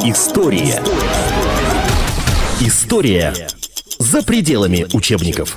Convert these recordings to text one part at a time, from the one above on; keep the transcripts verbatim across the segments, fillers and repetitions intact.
История. История за пределами учебников.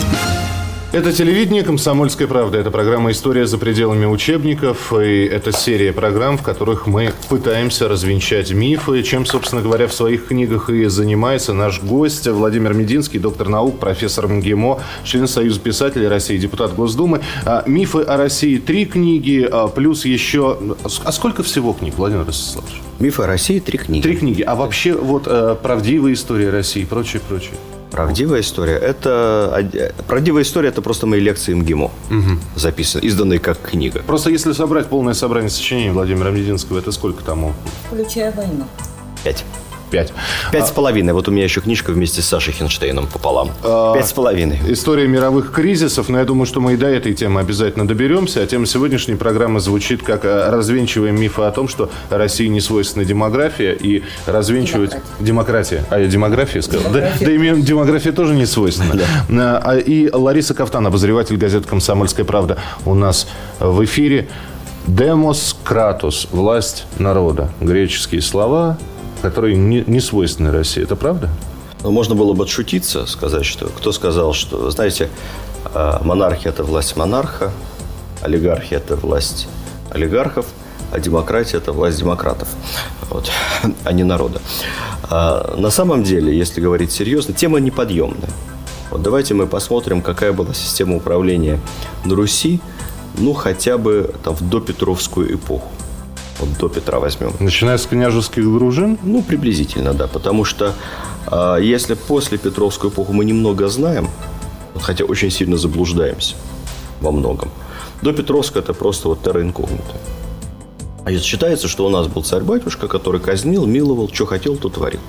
Это телевидение «Комсомольская правда». Это программа «История за пределами учебников». И это серия программ, в которых мы пытаемся развенчать мифы, чем, собственно говоря, в своих книгах и занимается наш гость Владимир Мединский, доктор наук, профессор МГИМО, член Союза писателей России, депутат Госдумы. «Мифы о России» — три книги, плюс еще... А сколько всего книг, Владимир Ростиславович? «Мифы о России» — три книги. Три книги. А вообще вот правдивая история России и прочее, прочее. Правдивая история. Это правдивая история. Это просто мои лекции МГИМО, угу. записаны, изданные как книга. Просто если собрать полное собрание сочинений Владимира Мединского, это сколько тому? Включая войну. Пять. Пять. Пять а... с половиной. Вот у меня еще книжка вместе с Сашей Хинштейном пополам. А... Пять с половиной. История мировых кризисов. Но я думаю, что мы и до этой темы обязательно доберемся. А тема сегодняшней программы звучит как «Развенчиваем мифы о том, что России не свойственна демография». И развенчивать... Демократия. А я демография сказал? Демография. Да, да и демография тоже не свойственна. Да. И Лариса Кафтан, обозреватель газеты «Комсомольская правда», у нас в эфире. «Демос кратос» – власть народа. Греческие слова, которые не, не свойственны России. Это правда? Ну, можно было бы отшутиться, сказать, что... Кто сказал, что, знаете, монархия – это власть монарха, олигархия – это власть олигархов, а демократия – это власть демократов, вот, а не народа. А на самом деле, если говорить серьезно, тема неподъемная. Вот давайте мы посмотрим, какая была система управления на Руси, ну, хотя бы там, в допетровскую эпоху. Вот до Петра возьмем. Начиная с княжеских дружин? Ну, приблизительно, да. Потому что э, если после Петровскую эпоху мы немного знаем, хотя очень сильно заблуждаемся во многом, до Петровской это просто вот терра инкогнита. А считается, что у нас был царь-батюшка, который казнил, миловал, что хотел, то творил.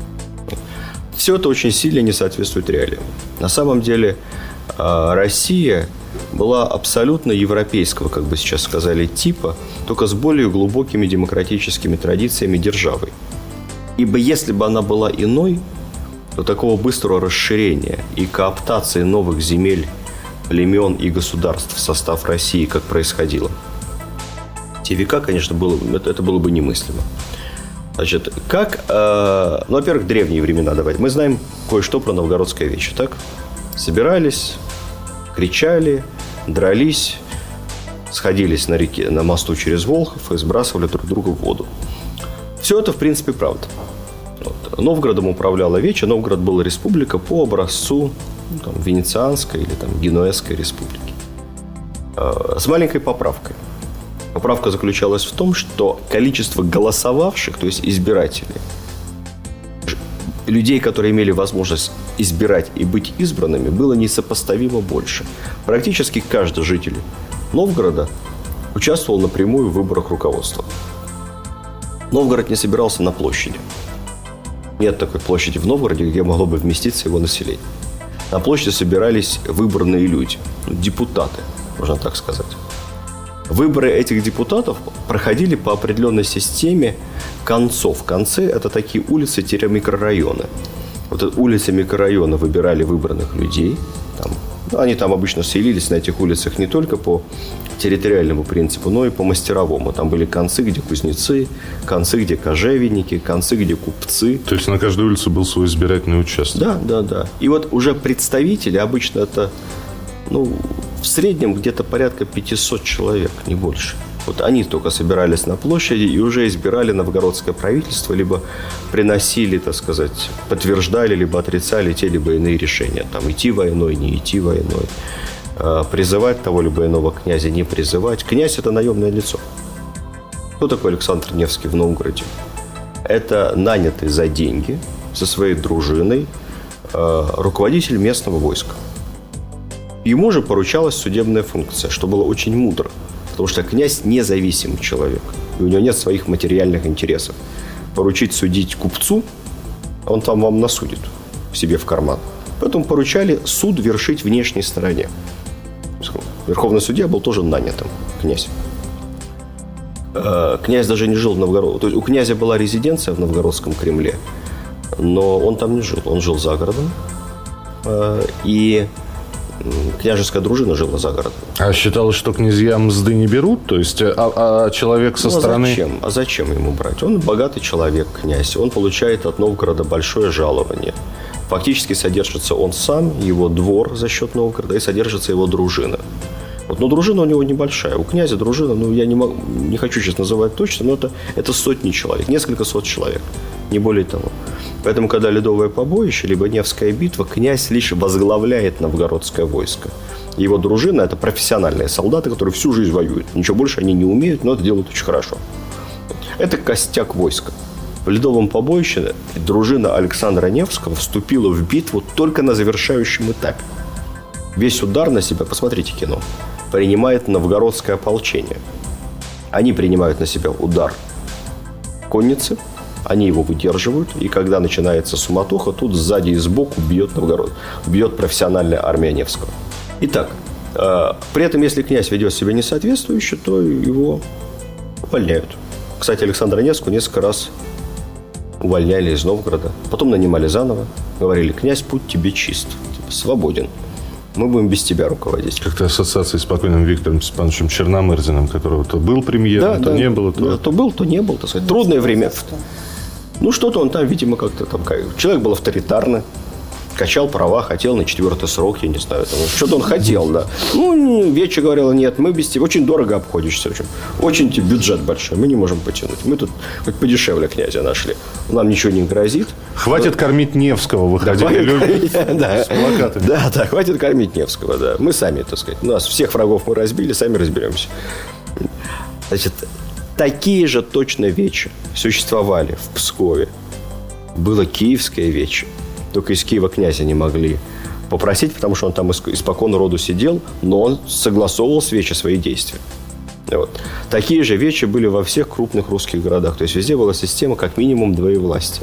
Все это очень сильно не соответствует реалиям. На самом деле э, Россия была абсолютно европейского, как бы сейчас сказали, типа, только с более глубокими демократическими традициями державой. Ибо если бы она была иной, то такого быстрого расширения и кооптации новых земель, племен и государств в состав России, как происходило, в те века, конечно, было, это, это было бы немыслимо. Значит, как, э, ну, во-первых, древние времена давайте. Мы знаем кое-что про новгородское вече, так? Собирались, кричали, дрались, сходились на реке, на мосту через Волхов и сбрасывали друг друга в воду. Все это, в принципе, правда. Вот. Новгородом управляла Вече. Новгород была республика по образцу ну, там, Венецианской или там, Генуэзской республики. Э, с маленькой поправкой. Поправка заключалась в том, что количество голосовавших, то есть избирателей, людей, которые имели возможность избирать и быть избранными, было несопоставимо больше. Практически каждый житель Новгорода участвовал напрямую в выборах руководства. Новгород не собирался на площади. Нет такой площади в Новгороде, где могло бы вместиться его население. На площади собирались выбранные люди, депутаты, можно так сказать. Выборы этих депутатов проходили по определенной системе концов. Концы – это такие улицы-микрорайоны. Вот улицы микрорайона выбирали выбранных людей. Там, ну, они там обычно селились на этих улицах не только по территориальному принципу, но и по мастеровому. Там были концы, где кузнецы, концы, где кожевенники, концы, где купцы. То есть на каждой улице был свой избирательный участок? Да, да, да. И вот уже представители, обычно это... ну, в среднем где-то порядка пятьсот человек, не больше. Вот они только собирались на площади и уже избирали новгородское правительство, либо приносили, так сказать, подтверждали, либо отрицали те либо иные решения. Там идти войной, не идти войной, призывать того либо иного князя, не призывать. Князь – это наемное лицо. Кто такой Александр Невский в Новгороде? Это нанятый за деньги со своей дружиной руководитель местного войска. Ему же поручалась судебная функция, что было очень мудро, потому что князь независимый человек, и у него нет своих материальных интересов. Поручить судить купцу, он там вам насудит себе в карман. Поэтому поручали суд вершить внешней стороне. Верховный судья был тоже нанятым, князь. Князь даже не жил в Новгороде. То есть у князя была резиденция в Новгородском Кремле, но он там не жил, он жил за городом. И княжеская дружина жила за городом. А считалось, что князья мзды не берут? То есть, а, а человек со ну, а стороны... Зачем? А зачем ему брать? Он богатый человек, князь. Он получает от Новгорода большое жалование. Фактически содержится он сам, его двор за счет Новгорода, и содержится его дружина. Вот, но дружина у него небольшая. У князя дружина, ну, я не, могу, не хочу сейчас называть точно, но это, это сотни человек, несколько сот человек, не более того. Поэтому, когда Ледовое побоище, либо Невская битва, князь лишь возглавляет новгородское войско. Его дружина – это профессиональные солдаты, которые всю жизнь воюют. Ничего больше они не умеют, но это делают очень хорошо. Это костяк войска. В Ледовом побоище дружина Александра Невского вступила в битву только на завершающем этапе. Весь удар на себя, посмотрите кино, принимает новгородское ополчение. Они принимают на себя удар конницы, они его выдерживают, и когда начинается суматоха, тут сзади и сбоку бьет Новгород, бьет профессиональная армия Невского. Итак, э, при этом, если князь ведет себя несоответствующе, то его увольняют. Кстати, Александра Невского несколько раз увольняли из Новгорода, потом нанимали заново, говорили: князь, путь тебе чист, типа, свободен. Мы будем без тебя руководить. Как-то ассоциации с покойным Виктором Степановичем Черномырдиным, которого то был премьером, да, то да, не было. То... Да, то был, то не был. Так сказать. Трудное время. Ну, что-то он там, видимо, как-то там... Человек был авторитарный, качал права, хотел на четвертый срок, я не знаю. Там, что-то он хотел, да. Ну, Вече говорила: нет, мы без тебя очень дорого обходишься. Очень, очень тебе бюджет большой, мы не можем потянуть. Мы тут хоть подешевле князя нашли. Нам ничего не грозит. Хватит но... кормить Невского, выходили люди с плакатами. Да, да, хватит кормить Невского, да. Мы сами, так сказать, у нас всех врагов мы разбили, сами разберемся. Значит, такие же точно вечи существовали в Пскове. Было киевское вече. Только из Киева князя не могли попросить, потому что он там испокон роду сидел, но он согласовывал с вече свои действия. Вот. Такие же вечи были во всех крупных русских городах. То есть везде была система как минимум двоевластия.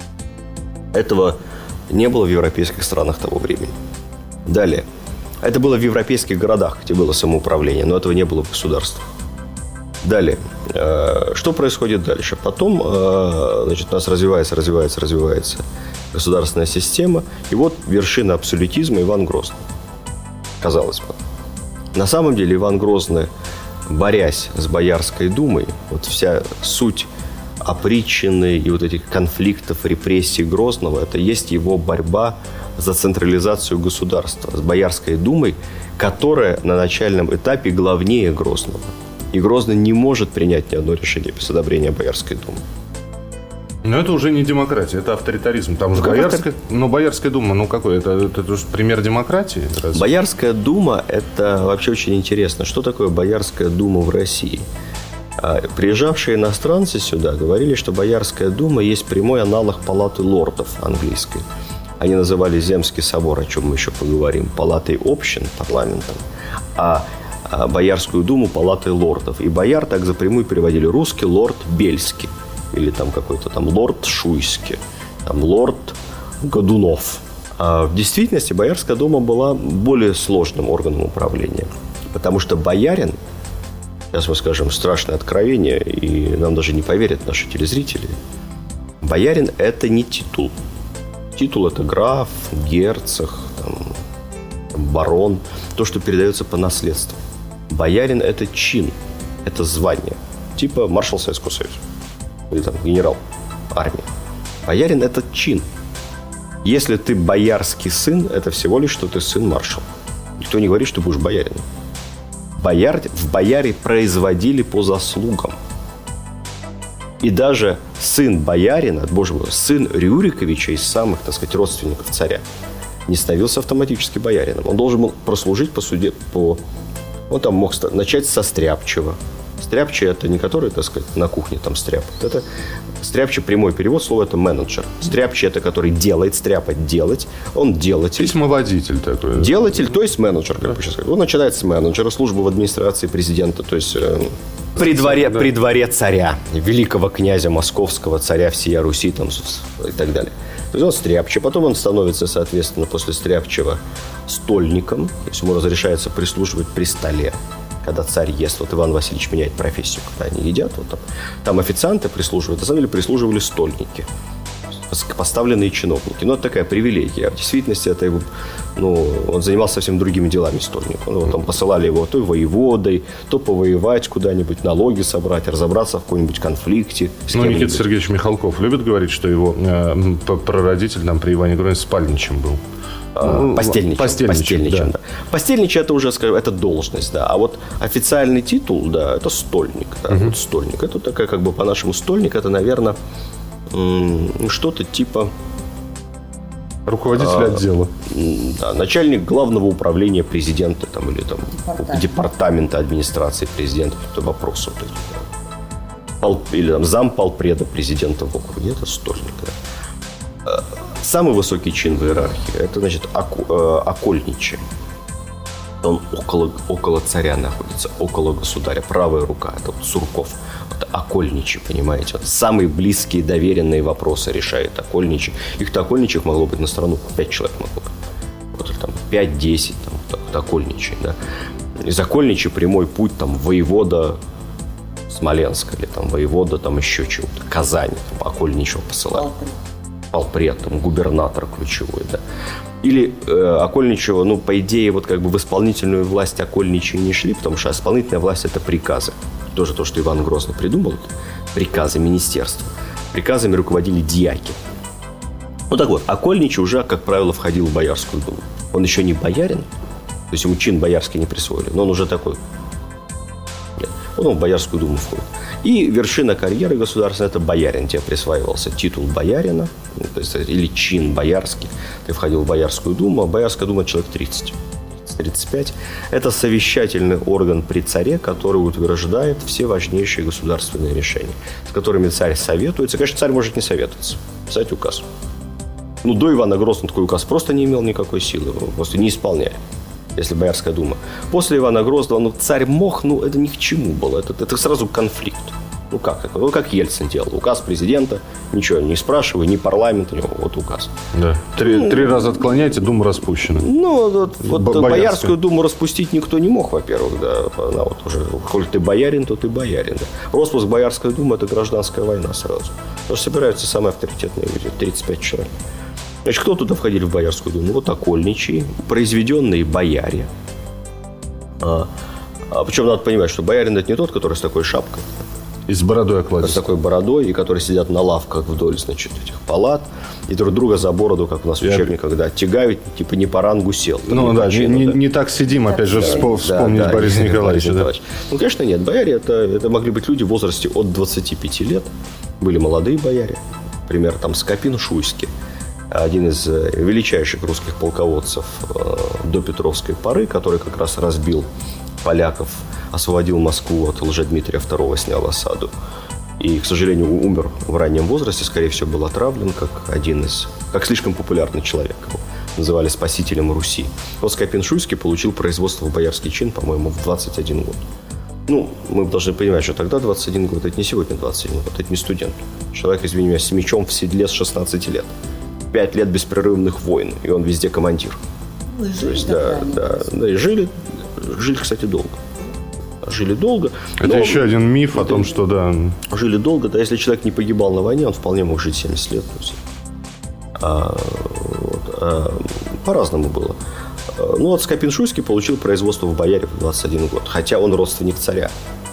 Этого не было в европейских странах того времени. Далее. Это было в европейских городах, где было самоуправление, но этого не было в государствах. Далее. Что происходит дальше? Потом, значит, у нас развивается, развивается, развивается государственная система. И вот вершина абсолютизма — Иван Грозный. Казалось бы. На самом деле Иван Грозный, борясь с Боярской думой, вот вся суть опричнины и вот этих конфликтов, репрессий Грозного — это есть его борьба за централизацию государства с Боярской думой, которая на начальном этапе главнее Грозного. И Грозный не может принять ни одно решение без одобрения Боярской думы. Но это уже не демократия, это авторитаризм. Там же Боярская, ну, Боярская дума, ну какой? Это, это, это уже пример демократии? Разве? Боярская дума – это вообще очень интересно. Что такое Боярская дума в России? Приезжавшие иностранцы сюда говорили, что Боярская дума есть прямой аналог палаты лордов английской. Они называли Земский собор, о чем мы еще поговорим, палатой общин, парламентом, а Боярскую думу палатой лордов. И бояр так запрямую переводили: русский лорд Бельский, или там какой-то там лорд Шуйский, там лорд Годунов. А в действительности Боярская дума была более сложным органом управления, потому что боярин, сейчас мы скажем страшное откровение, и нам даже не поверят наши телезрители, боярин – это не титул. Титул – это граф, герцог, там, барон, то, что передается по наследству. Боярин – это чин, это звание, типа маршал Советского Союза или там генерал армии. Боярин – это чин. Если ты боярский сын, это всего лишь, что ты сын маршала. Никто не говорит, что ты будешь боярином. Бояр, в бояре производили по заслугам. И даже сын боярина, боже мой, сын Рюриковича из самых, так сказать, родственников царя, не становился автоматически боярином. Он должен был прослужить по суде, по... Он там мог начать со стряпчего. Стряпчий – это не который, так сказать, на кухне там стряпает. Это стряпчий, прямой перевод слова – это менеджер. Стряпчий – это который делает, стряпать – делать. Он делатель. Письмоводитель такой. Делатель, то есть менеджер, как бы сейчас сказать. Он начинает с менеджера, службы в администрации президента, то есть э, при, дворе, да. при дворе царя, великого князя московского, царя всея Руси там, и так далее. То есть он стряпчий, потом он становится, соответственно, после стряпчего стольником, то есть ему разрешается прислуживать при столе, когда царь ест. Вот Иван Васильевич меняет профессию, когда они едят, вот там, там официанты прислуживают, на самом деле прислуживали стольники. высокопоставленные чиновники. Ну, это такая привилегия. А в действительности это его, ну, он занимался совсем другими делами, стольник. Ну, там посылали его то воеводой, то повоевать куда-нибудь, налоги собрать, разобраться в каком-нибудь конфликте. Ну, Никита Сергеевич Михалков любит говорить, что его э, прародитель там, при Иване Грозном спальничем был. Ну, постельничем. Постельничем, постельничем, да. да. Постельничий, это уже, скажем, это должность, да. А вот официальный титул, да, это стольник. Да, угу. Вот стольник. Это такая, как бы, по-нашему, стольник, это, наверное, м- что-то типа... Руководитель а, отдела. Да, начальник главного управления президента там, или там, департамента. департамента администрации президента. Это вопросы вот эти, да. Пол, или там, замполпреда президента в округе. Это стольник, да. Самый высокий чин в иерархии – это, значит, оку, э, окольничий. Он около, около царя находится, около государя. Правая рука – это вот Сурков. Это окольничий, понимаете? Вот самые близкие, доверенные вопросы решает окольничий. Их-то окольничих могло быть на страну пять человек могло быть. Вот там пять-десять, там, вот, вот окольничий, да. Из окольничий прямой путь, там, воевода Смоленска или там воевода там еще чего-то, Казани, там, окольничего посылали. Полпред, там, губернатор ключевой, да. Или э, окольничего, ну, по идее, вот как бы в исполнительную власть окольничьи не шли, потому что исполнительная власть – это приказы. Тоже то, что Иван Грозный придумал, приказы министерства. Приказами руководили дьяки. Ну, так вот, окольничий уже, как правило, входил в Боярскую думу. Он еще не боярин, то есть ему чин боярский не присвоили, но он уже такой. Нет, он в Боярскую думу входит. И вершина карьеры государственной – это боярин. Тебе присваивался титул боярина, то есть, или чин боярский. Ты входил в Боярскую думу, а Боярская дума человек тридцать. тридцать пять. Это совещательный орган при царе, который утверждает все важнейшие государственные решения, с которыми царь советуется. Конечно, царь может не советоваться, писать указ. Ну, до Ивана Грозного такой указ просто не имел никакой силы, его просто не исполняли, если Боярская дума. После Ивана Грозного, ну, царь мог, ну, это ни к чему было. Это, это сразу конфликт. Ну, как это? Ну, как Ельцин делал. Указ президента, ничего не спрашивай, ни парламента, ни вот указ. Да. Три, ну, три раза отклоняете, дума распущена. Ну, вот, вот Боярскую. Боярскую думу распустить никто не мог, во-первых, да. Она вот уже, коль ты боярин, то ты боярин. Да. Распуск Боярской думы – это гражданская война сразу. Потому что собираются самые авторитетные люди, тридцать пять человек. Значит, кто туда входили в Боярскую думу? Вот окольничьи, произведенные бояре. А, а причем надо понимать, что боярин – это не тот, который с такой шапкой. И с бородой окладистый. С такой бородой, и которые сидят на лавках вдоль, значит, этих палат, и друг друга за бороду, как у нас в учебниках, да, тягают, типа не по рангу сел. Ну, да, чину, не, да, не так сидим, опять же, да, вспомнить да, Бориса да, Николаевича. Да. Николаевич. Ну, конечно, нет. Бояре это, это могли быть люди в возрасте от двадцати пяти лет. Были молодые бояре. Например, там Скопин-Шуйский, один из величайших русских полководцев э, до Петровской поры, который как раз разбил поляков, освободил Москву от Лжедмитрия второго, снял осаду. И, к сожалению, умер в раннем возрасте, скорее всего, был отравлен, как один из, как слишком популярный человек. Его называли спасителем Руси. Вот Скопин-Шуйский получил производство в боярский чин, по-моему, в двадцать один год. Ну, мы должны понимать, что тогда двадцать один год, это не сегодня двадцать один год, это не студент. Человек, извини меня, с мечом в седле с шестнадцати лет. Пять лет беспрерывных войн, и он везде командир. Вы жили, то есть, да, да, да, и жили, жили, кстати, долго. Жили долго. Это но... еще один миф о том, что да. Жили долго, да, если человек не погибал на войне, он вполне мог жить семьдесят лет. А, вот, а, по-разному было. Ну вот Скопин-Шуйский получил производство в бояре в двадцать один год, хотя он родственник царя.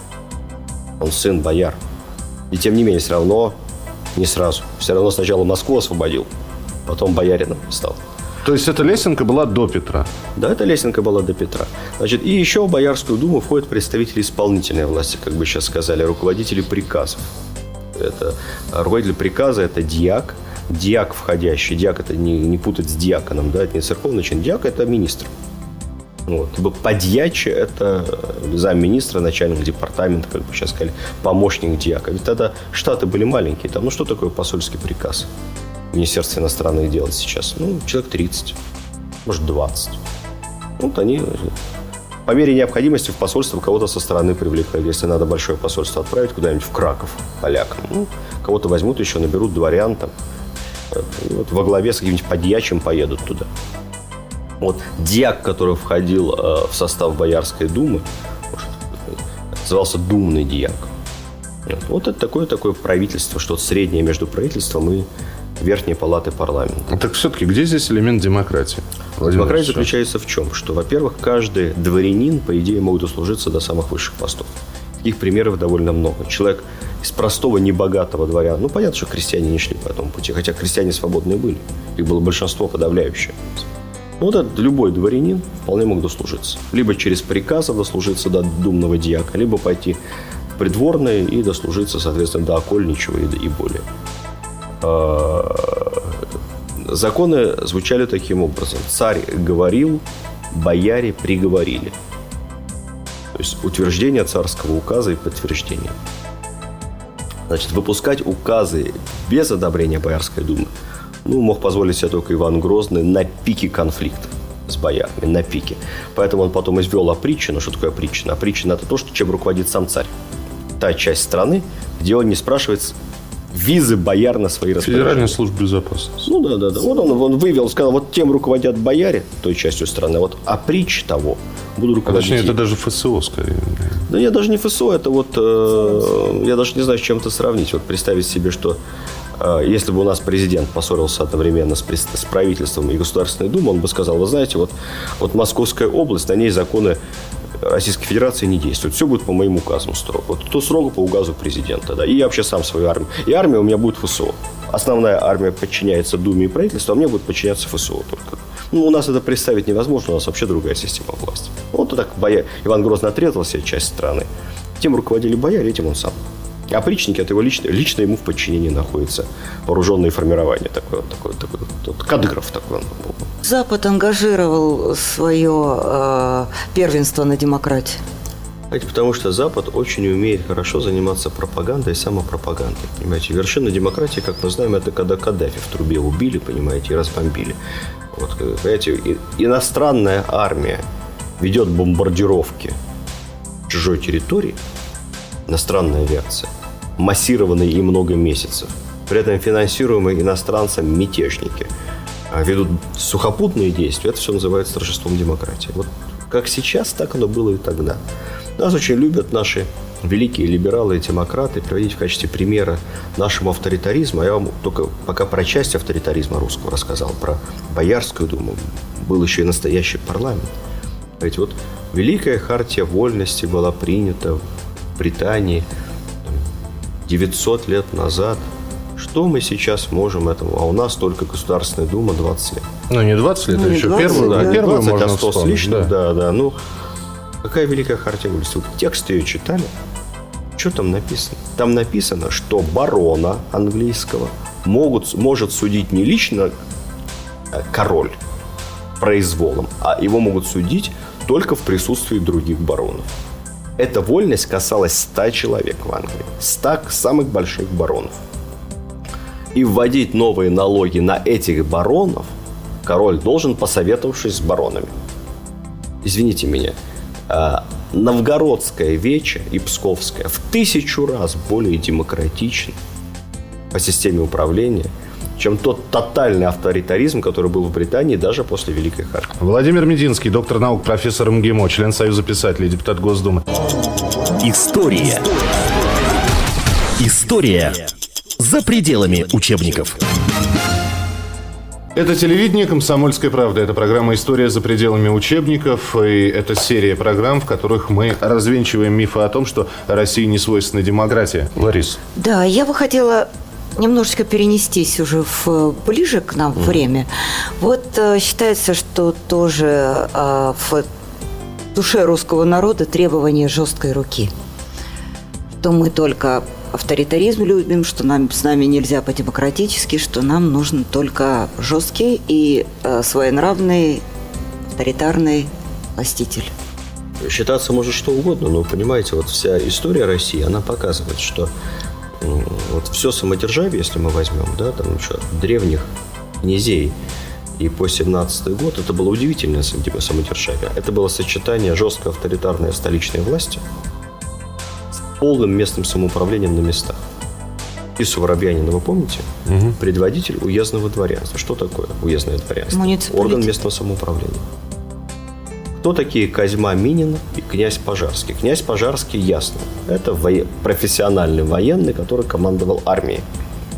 Он сын бояр. И тем не менее, все равно не сразу. Все равно сначала Москву освободил, потом боярином стал. То есть эта лесенка была до Петра? Да, эта лесенка была до Петра. Значит, и еще в Боярскую думу входят представители исполнительной власти, как бы сейчас сказали, руководители приказов. Это, руководитель приказа – это дьяк. Дьяк входящий. Дьяк – это не, не путать с диаконом, да, это не церковный чин. Дьяк – это министр. Вот. Подьячий – это замминистра, начальник департамента, как бы сейчас сказали, помощник дьяка. Ведь тогда штаты были маленькие. Там, ну, что такое посольский приказ? Министерство иностранных дел сейчас, ну, человек тридцать, может, двадцать. Вот они, по мере необходимости, в посольство кого-то со стороны привлекают. Если надо большое посольство отправить куда-нибудь в Краков полякам, ну, кого-то возьмут еще, наберут дворян там, вот во главе с каким-нибудь подьячим поедут туда. Вот дьяк, который входил э, в состав Боярской думы, назывался думный дьяк. Вот, вот это такое, такое правительство, что-то среднее между правительством и Верхней палаты парламента. Так все-таки где здесь элемент демократии? Демократия заключается в чем? Что, во-первых, каждый дворянин, по идее, мог дослужиться до самых высших постов. Таких примеров довольно много. Человек из простого, небогатого дворяна, ну, понятно, что крестьяне не шли по этому пути, хотя крестьяне свободные были. Их было большинство подавляющее. Ну, вот этот любой дворянин вполне мог дослужиться. Либо через приказы дослужиться до думного дьяка, либо пойти в придворные и дослужиться, соответственно, до окольничего и более. Законы звучали таким образом. Царь говорил, бояре приговорили. То есть утверждение царского указа и подтверждение. Значит, выпускать указы без одобрения Боярской думы, ну, мог позволить себе только Иван Грозный на пике конфликта с боярами, на пике. Поэтому он потом извел опричнину. Что такое опричнина? Опричнина – это то, что, чем руководит сам царь. Та часть страны, где он не спрашивает визы бояр на свои распоряжения. Федеральная служба безопасности. Ну, да, да, да. Вот он, он вывел, сказал, вот тем руководят бояре, той частью страны, вот оприч того буду руководить. А точнее, это даже ФСО, скорее. Да я даже не ФСО, это вот, э, я даже не знаю, с чем это сравнить. Вот представить себе, что э, если бы у нас президент поссорился одновременно с, с правительством и Государственной Думой, он бы сказал, вы знаете, вот, вот Московская область, на ней законы Российской Федерации не действует. Все будет по моим указам строго. Вот то строго по указу президента. Да. И я вообще сам свою армию. И армия у меня будет ФСО. Основная армия подчиняется Думе и правительству, а мне будет подчиняться ФСО только. Ну, у нас это представить невозможно. У нас вообще другая система власти. Вот так боя... Иван Грозный отрезал себе часть страны. Тем руководили бояре, этим он сам. А опричники – это его лично, лично ему в подчинении находится вооруженные формирования. Такой, такой, такой, такой, Кадыров такой он был. Запад ангажировал свое э, первенство на демократии. Знаете, потому что Запад очень умеет хорошо заниматься пропагандой и самопропагандой. Понимаете, вершина демократии, как мы знаем, это когда Каддафи в трубе убили, понимаете, и разбомбили. Вот, понимаете, и, иностранная армия ведет бомбардировки чужой территории, иностранная авиация, массированные и много месяцев. При этом финансируемые иностранцами мятежники ведут сухопутные действия. Это все называется торжеством демократии. Вот как сейчас, так оно было и тогда. Нас очень любят наши великие либералы и демократы приводить в качестве примера нашему авторитаризму. Я вам только пока про часть авторитаризма русского рассказал, про Боярскую думу. Был еще и настоящий парламент. Ведь вот Великая хартия вольности была принята в Британии девятьсот лет назад. Что мы сейчас можем этому? А у нас только Государственная Дума двадцать лет. Ну, не двадцать лет, ну, а не еще двадцать, первую, да. да, первую двадцать, можно а сто вспомнить, с лишним, да. да, да. Ну, какая Великая хартия вольности? Вот текст ее читали? Что там написано? Там написано, что барона английского могут, может судить не лично король произволом, а его могут судить только в присутствии других баронов. Эта вольность касалась ста человек в Англии. ста самых больших баронов. И вводить новые налоги на этих баронов король должен, посоветовавшись с баронами. Извините меня, новгородская вече и псковская в тысячу раз более демократичны по системе управления, чем тот тотальный авторитаризм, который был в Британии даже после Великой хартии. Владимир Мединский, доктор наук, профессор МГИМО, член Союза писателей, депутат Госдумы. История. История за пределами учебников. Это телевидение «Комсомольская правда». Это программа «История за пределами учебников». И это серия программ, в которых мы развенчиваем мифы о том, что России не свойственна демократия. Ларис. Да, я бы хотела немножечко перенестись уже в, ближе к нам mm. время. Вот э, считается, что тоже э, в душе русского народа требование жесткой руки. Что мы только авторитаризм любим, что нам, с нами нельзя по-демократически, что нам нужен только жесткий и э, своенравный авторитарный властитель. Считаться может что угодно, но, понимаете, вот вся история России, она показывает, что вот все самодержавие, если мы возьмем, да, там еще от древних князей и по семнадцатый год, это было удивительное самодержавие. Это было сочетание жесткой авторитарной столичной власти с полным местным самоуправлением на местах. Ису Воробьянина, вы помните? Угу. Предводитель уездного дворянства. Что такое уездное дворянство? Орган местного самоуправления. Кто такие Козьма Минин и князь Пожарский? Князь Пожарский, ясно, это во... профессиональный военный, который командовал армией.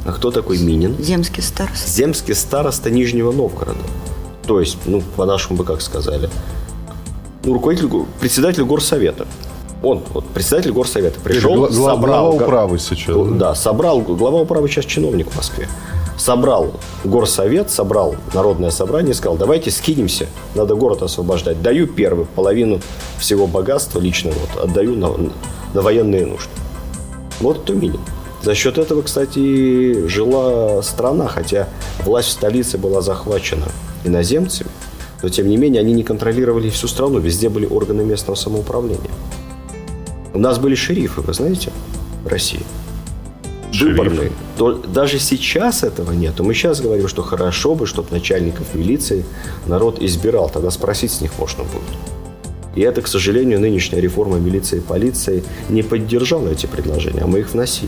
А кто такой Минин? Земский староста. Земский староста Нижнего Новгорода. То есть, ну, по-нашему бы как сказали, ну, руководитель, председатель горсовета. Он, вот, председатель горсовета, пришел, Гла- собрал... Глава управы сейчас. Да, собрал, глава управы сейчас чиновник в Москве. Собрал горсовет, собрал народное собрание и сказал, давайте скинемся, надо город освобождать. Даю первую половину всего богатства лично вот, отдаю на, на военные нужды. Вот это Минин. За счет этого, кстати, жила страна, хотя власть в столице была захвачена иноземцами, но, тем не менее, они не контролировали всю страну, везде были органы местного самоуправления. У нас были шерифы, вы знаете, в России. Выборные. То даже сейчас этого нет. Мы сейчас говорим, что хорошо бы, чтобы начальников милиции народ избирал. Тогда спросить с них можно будет. И это, к сожалению, нынешняя реформа милиции и полиции не поддержала эти предложения, а мы их вносили.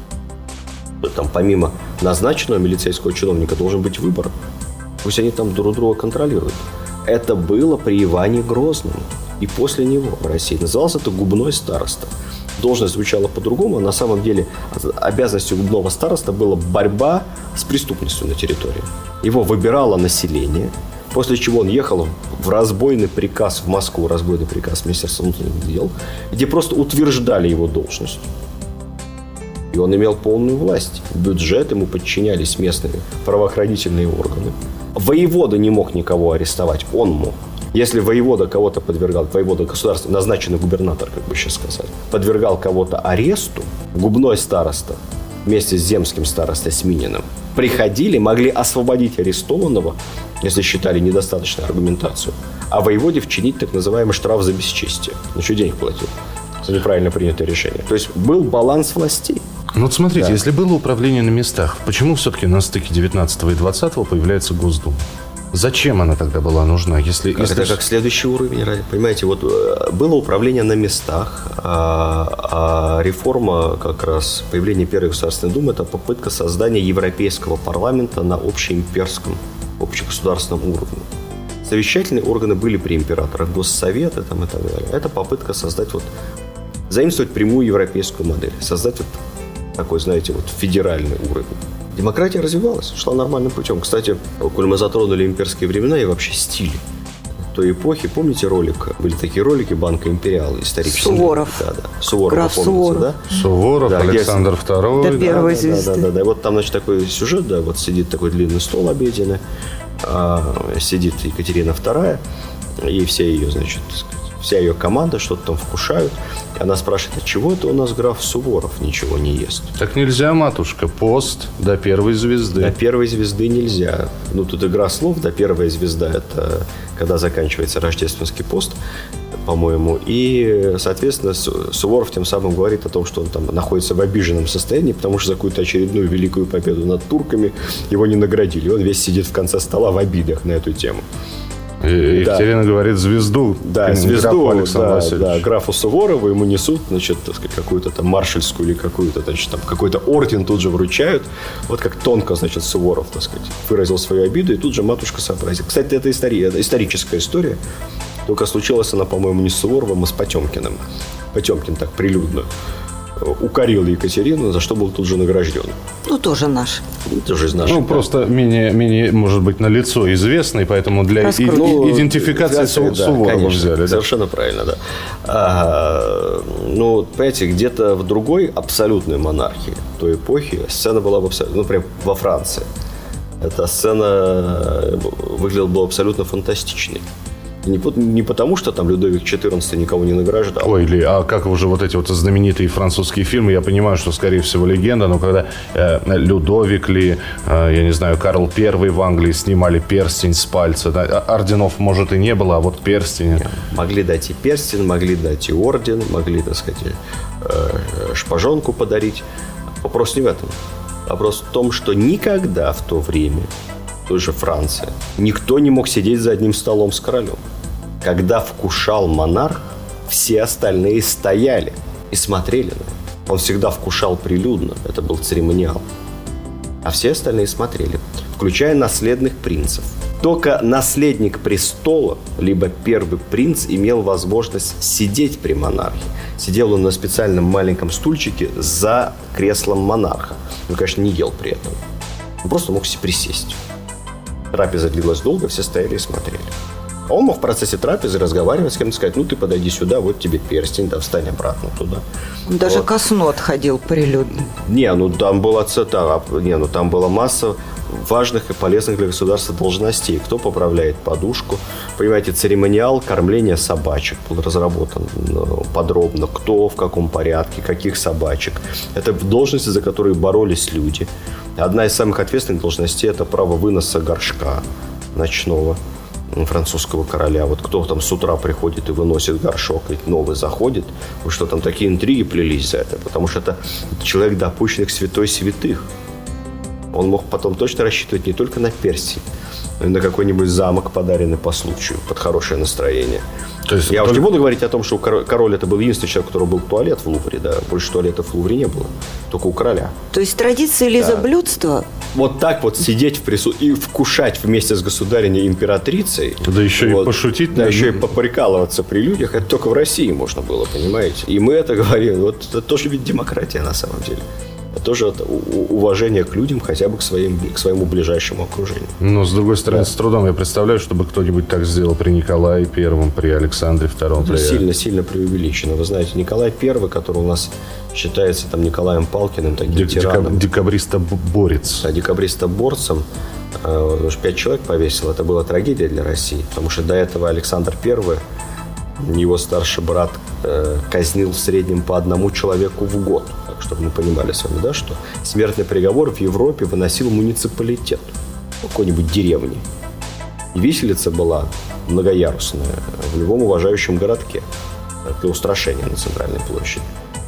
Там, помимо назначенного милицейского чиновника должен быть выбор. Пусть они там друг друга контролируют. Это было при Иване Грозном. И после него в России. Назывался это губной староста. Должность звучала по-другому. А на самом деле обязанностью губного староста была борьба с преступностью на территории. Его выбирало население. После чего он ехал в разбойный приказ в Москву, разбойный приказ Министерства внутренних дел, где просто утверждали его должность. И он имел полную власть. Бюджет ему подчинялись местные правоохранительные органы. Воевода не мог никого арестовать, он мог. Если воевода кого-то подвергал, воевода государства, назначенный губернатор, как бы сейчас сказали, подвергал кого-то аресту, губной староста вместе с земским старостой, с Мининым, приходили, могли освободить арестованного, если считали недостаточной аргументацию, а воеводе вчинить так называемый штраф за бесчестие. Он еще денег платил за неправильно принятое решение. То есть был баланс властей. Ну, вот смотрите, Да. если было управление на местах, почему все-таки на стыке девятнадцатого и двадцатого появляется Госдума? Зачем она тогда была нужна? Если, Как если... Это как следующий уровень. Понимаете, вот э, было управление на местах, а, а реформа, как раз появление Первой Государственной Думы, это попытка создания Европейского парламента на общеимперском, общегосударственном уровне. Совещательные органы были при императорах, госсоветы там, и так далее. Это попытка создать, вот, заимствовать прямую европейскую модель, создать вот такой, знаете, вот федеральный уровень. Демократия развивалась, шла нормальным путем. Кстати, коль мы затронули имперские времена и вообще стили той эпохи, помните ролик? Были такие ролики Банка Империал исторические. Суворов. Да, да. Суворов, Граф помните, Суворов. да? Суворов, Да, где- Александр Второй. До первой да, звезды. Да, да, да, да. Вот там, значит, такой сюжет, да, вот сидит такой длинный стол обеденный, а, сидит Екатерина Вторая, и все ее, значит, так сказать, вся ее команда что-то там вкушают. И она спрашивает, а чего это у нас граф Суворов ничего не ест? Так нельзя, матушка, пост до первой звезды. До первой звезды нельзя. Ну, тут игра слов. До первой звезда – это когда заканчивается рождественский пост, по-моему. И, соответственно, Су- Суворов тем самым говорит о том, что он там находится в обиженном состоянии, потому что за какую-то очередную великую победу над турками его не наградили. Он весь сидит в конце стола в обидах на эту тему. И Да. Екатерина говорит звезду. Да, графу звезду Александру да, Васильевичу. да, графу Суворову ему несут, значит, так сказать, какую-то там маршальскую или какую-то, значит, там какой-то орден тут же вручают. Вот как тонко, значит, Суворов, так сказать, выразил свою обиду, и тут же матушка сообразит. Кстати, это, истори- это историческая история, только случилась она, по-моему, не с Суворовым, а с Потемкиным. Потемкин так прилюдно укорил Екатерину, за что был тут же награжден. Ну, тоже наш. Это же из наших. Ну, просто менее, менее, может быть, на лицо известный, поэтому для и- Раскрутить. и- идентификации Су- да, Суворова конечно, взяли. Да? Совершенно правильно, да. А, ну, понимаете, где-то в другой абсолютной монархии той эпохи сцена была бы абсолютно, ну, например, во Франции. Эта сцена выглядела бы абсолютно фантастичной. Не, по- не потому, что там Людовик четырнадцатый никого не награждал. Ой, или, а как уже вот эти вот знаменитые французские фильмы, я понимаю, что, скорее всего, легенда, но когда э, Людовик ли, э, я не знаю, Карл Первый в Англии снимали перстень с пальца, да, а- орденов, может, и не было, а вот перстень. Могли дать и перстень, могли дать и орден, могли, так сказать, э, шпажонку подарить. Вопрос не в этом. Вопрос в том, что никогда в то время, в той же Франции, никто не мог сидеть за одним столом с королем. Когда вкушал монарх, все остальные стояли и смотрели на него. Он всегда вкушал прилюдно, это был церемониал. А все остальные смотрели, включая наследных принцев. Только наследник престола, либо первый принц, имел возможность сидеть при монархе. Сидел он на специальном маленьком стульчике за креслом монарха. Он, конечно, не ел при этом. Он просто мог себе присесть. Трапеза длилась долго, все стояли и смотрели. А он мог в процессе трапезы разговаривать с кем-то, сказать: ну, ты подойди сюда, вот тебе перстень, да, встань обратно туда. Он даже вот. ко сну отходил прилюдно. Не, ну там была, там, не, ну, там была масса важных и полезных для государства должностей. Кто поправляет подушку. Понимаете, церемониал кормления собачек был разработан подробно. Кто, в каком порядке, каких собачек. Это должности, за которые боролись люди. Одна из самых ответственных должностей – это право выноса горшка ночного французского короля. Вот кто там с утра приходит и выносит горшок, и новый заходит. Вы что, там такие интриги плелись за это? Потому что это человек, допущенный к святой святых. Он мог потом точно рассчитывать не только на перстень, но и на какой-нибудь замок, подаренный по случаю, под хорошее настроение. То есть я только... уж не буду говорить о том, что король это был единственный человек, у которого был туалет в Лувре. Да? Больше туалетов в Лувре не было, только у короля. То есть традиция лизоблюдства? Да. Вот так вот сидеть в прису... и вкушать вместе с государиней императрицей. Да еще вот, и пошутить. Да, еще и поприкалываться при людях. Это только в России можно было, понимаете. И мы это говорим. Вот это тоже ведь демократия на самом деле. Тоже уважение к людям, хотя бы к, своим, к своему ближайшему окружению. Но, с другой стороны, да. с трудом я представляю, чтобы кто-нибудь так сделал при Николае Первом, при Александре Втором. Это при... сильно-сильно преувеличено. Вы знаете, Николай Первый, который у нас считается там Николаем Палкиным, таким Дек- тираном. Декабристо-борец. Да, декабристо-борцем. Уж пять человек повесил. Это была трагедия для России. Потому что до этого Александр Первый, его старший брат, казнил в среднем по одному человеку в год. Чтобы мы понимали с вами, да, что смертный приговор в Европе выносил муниципалитет какой-нибудь деревни. И виселица была многоярусная в любом уважающем городке для устрашения на центральной площади.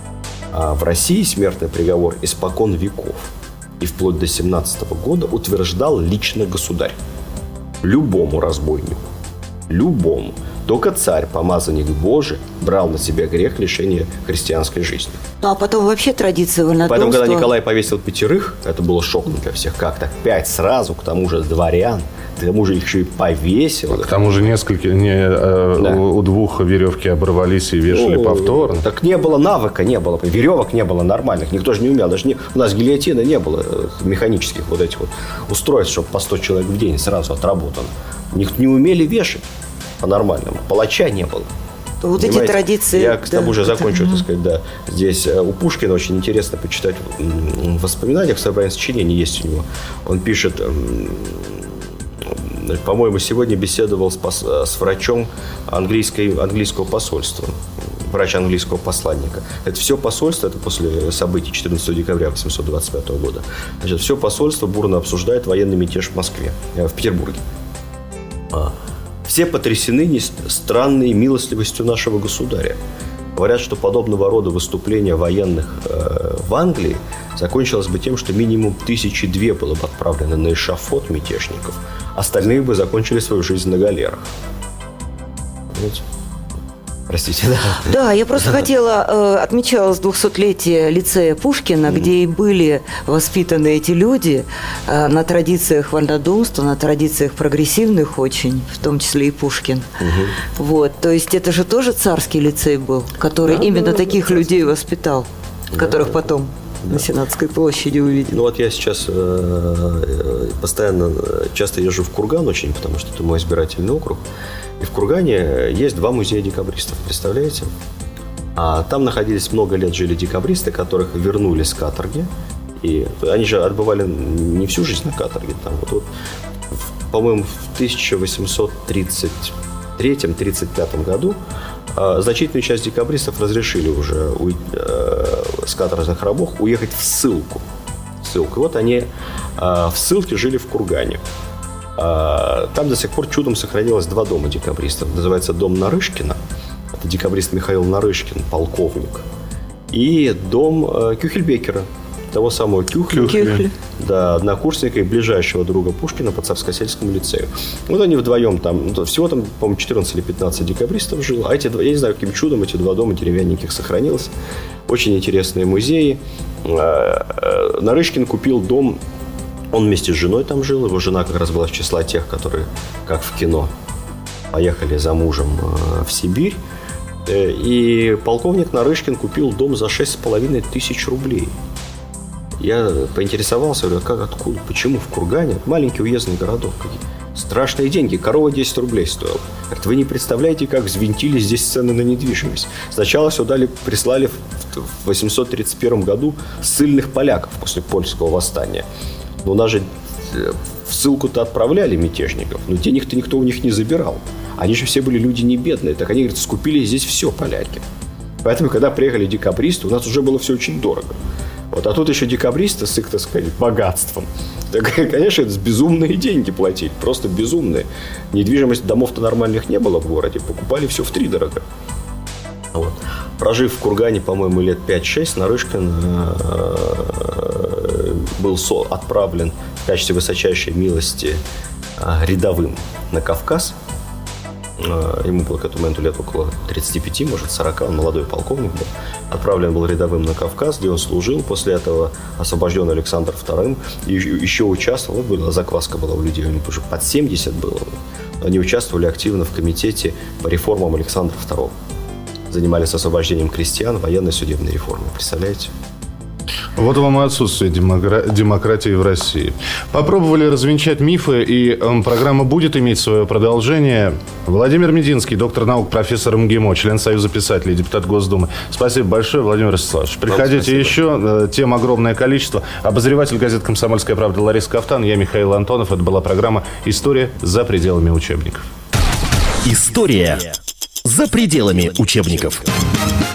А в России смертный приговор испокон веков и вплоть до семнадцатого года утверждал лично государь. Любому разбойнику. Любому. Только царь, помазанник Божий, брал на себя грех лишения христианской жизни. Ну, а потом вообще традиция вольнодумства. Поэтому, когда Николай повесил пятерых, это было шоком для всех. Как так? Пять сразу, к тому же дворян, к тому же их еще и повесил. К тому же несколько, не, э, да. у, у двух веревки оборвались и вешали ну, повторно. Так не было навыка, не было. Веревок не было нормальных. Никто же не умел. Даже не, у нас гильотины не было механических вот этих вот устройств, чтобы по сто человек в день сразу отработано. Никто не умели вешать по-нормальному. Палача не было. Вот понимаете? Эти традиции... Я к тому да, же закончу, это... так сказать, да. Здесь у Пушкина очень интересно почитать в воспоминаниях, собрание сочинений есть у него. Он пишет, по-моему, сегодня беседовал с, пос... с врачом английской... английского посольства. Врач английского посланника. Это все посольство, это после событий четырнадцатого декабря восемьсот двадцать пятого года. Значит, все посольство бурно обсуждает военный мятеж в Москве, в Петербурге. Все потрясены странной милостливостью нашего государя. Говорят, что подобного рода выступления военных э, в Англии закончилось бы тем, что минимум тысячи две было бы отправлено на эшафот мятежников. Остальные бы закончили свою жизнь на галерах. Понимаете? Простите, да? Да, я просто хотела, э, отмечалось двухсотлетие лицея Пушкина, mm-hmm. где и были воспитаны эти люди э, на традициях вольнодумства, на традициях прогрессивных очень, в том числе и Пушкин. Mm-hmm. Вот, то есть это же тоже царский лицей был, который да, именно да, таких да, людей воспитал, да, которых да, потом да. на Сенатской площади увидели. Ну вот я сейчас э, постоянно, часто езжу в Курган очень, потому что это мой избирательный округ. И в Кургане есть два музея декабристов, представляете? А там находились много лет жили декабристы, которых вернули с каторги. И они же отбывали не всю жизнь на каторге. Там, вот, вот, по-моему, в тысяча восемьсот тридцать третьем — тридцать пятом году а, значительную часть декабристов разрешили уже у, а, с каторжных рабов уехать в ссылку. ссылку. И вот они а, в ссылке жили в Кургане. Там до сих пор чудом сохранилось два дома декабристов. Называется дом Нарышкина. Это декабрист Михаил Нарышкин, полковник. И дом Кюхельбекера, того самого Кюхля, Кюхля. Да, однокурсника и ближайшего друга Пушкина по Царскосельскому лицею. Вот они вдвоем там, всего там, по-моему, четырнадцать или пятнадцать декабристов жило. А эти два, я не знаю, каким чудом эти два дома деревянненьких сохранилось. Очень интересные музеи. Нарышкин купил дом. Он вместе с женой там жил. Его жена как раз была в числа тех, которые, как в кино, поехали за мужем в Сибирь. И полковник Нарышкин купил дом за шесть с половиной тысяч рублей. Я поинтересовался, говорю, а как, откуда, почему в Кургане? Маленький уездный городок. Страшные деньги, корова десять рублей стоила. Говорит, вы не представляете, как взвинтили здесь цены на недвижимость. Сначала сюда прислали в восемьсот тридцать первом году ссыльных поляков после польского восстания. Но у нас же в ссылку-то отправляли мятежников, но денег-то никто у них не забирал. Они же все были люди не бедные, так они, говорит, скупили здесь все поляки. Поэтому, когда приехали декабристы, у нас уже было все очень дорого. Вот, а тут еще декабристы с их, так сказать, богатством. Так, конечно, это безумные деньги платить, просто безумные. Недвижимость, домов-то нормальных не было в городе, покупали все втридорого. Вот. Прожив в Кургане, по-моему, лет пять-шесть, Нарышкин был отправлен в качестве высочайшей милости рядовым на Кавказ. Ему было к этому моменту лет около тридцати пяти, может, сорока, он молодой полковник был. Отправлен был рядовым на Кавказ, где он служил. После этого освобожден Александр второй. И еще участвовал, вот была закваска была у людей, у них уже под семьдесят было. Они участвовали активно в комитете по реформам Александра второго. Занимались освобождением крестьян, военной судебной реформой. Представляете? Вот вам и отсутствие демокра... демократии в России. Попробовали развенчать мифы, и э, программа будет иметь свое продолжение. Владимир Мединский, доктор наук, профессор МГИМО, член Союза писателей, депутат Госдумы. Спасибо большое, Владимир Ростиславович. Приходите еще, э, тем огромное количество. Обозреватель газеты «Комсомольская правда» Лариса Кафтан, я Михаил Антонов. Это была программа «История за пределами учебников». История за пределами учебников.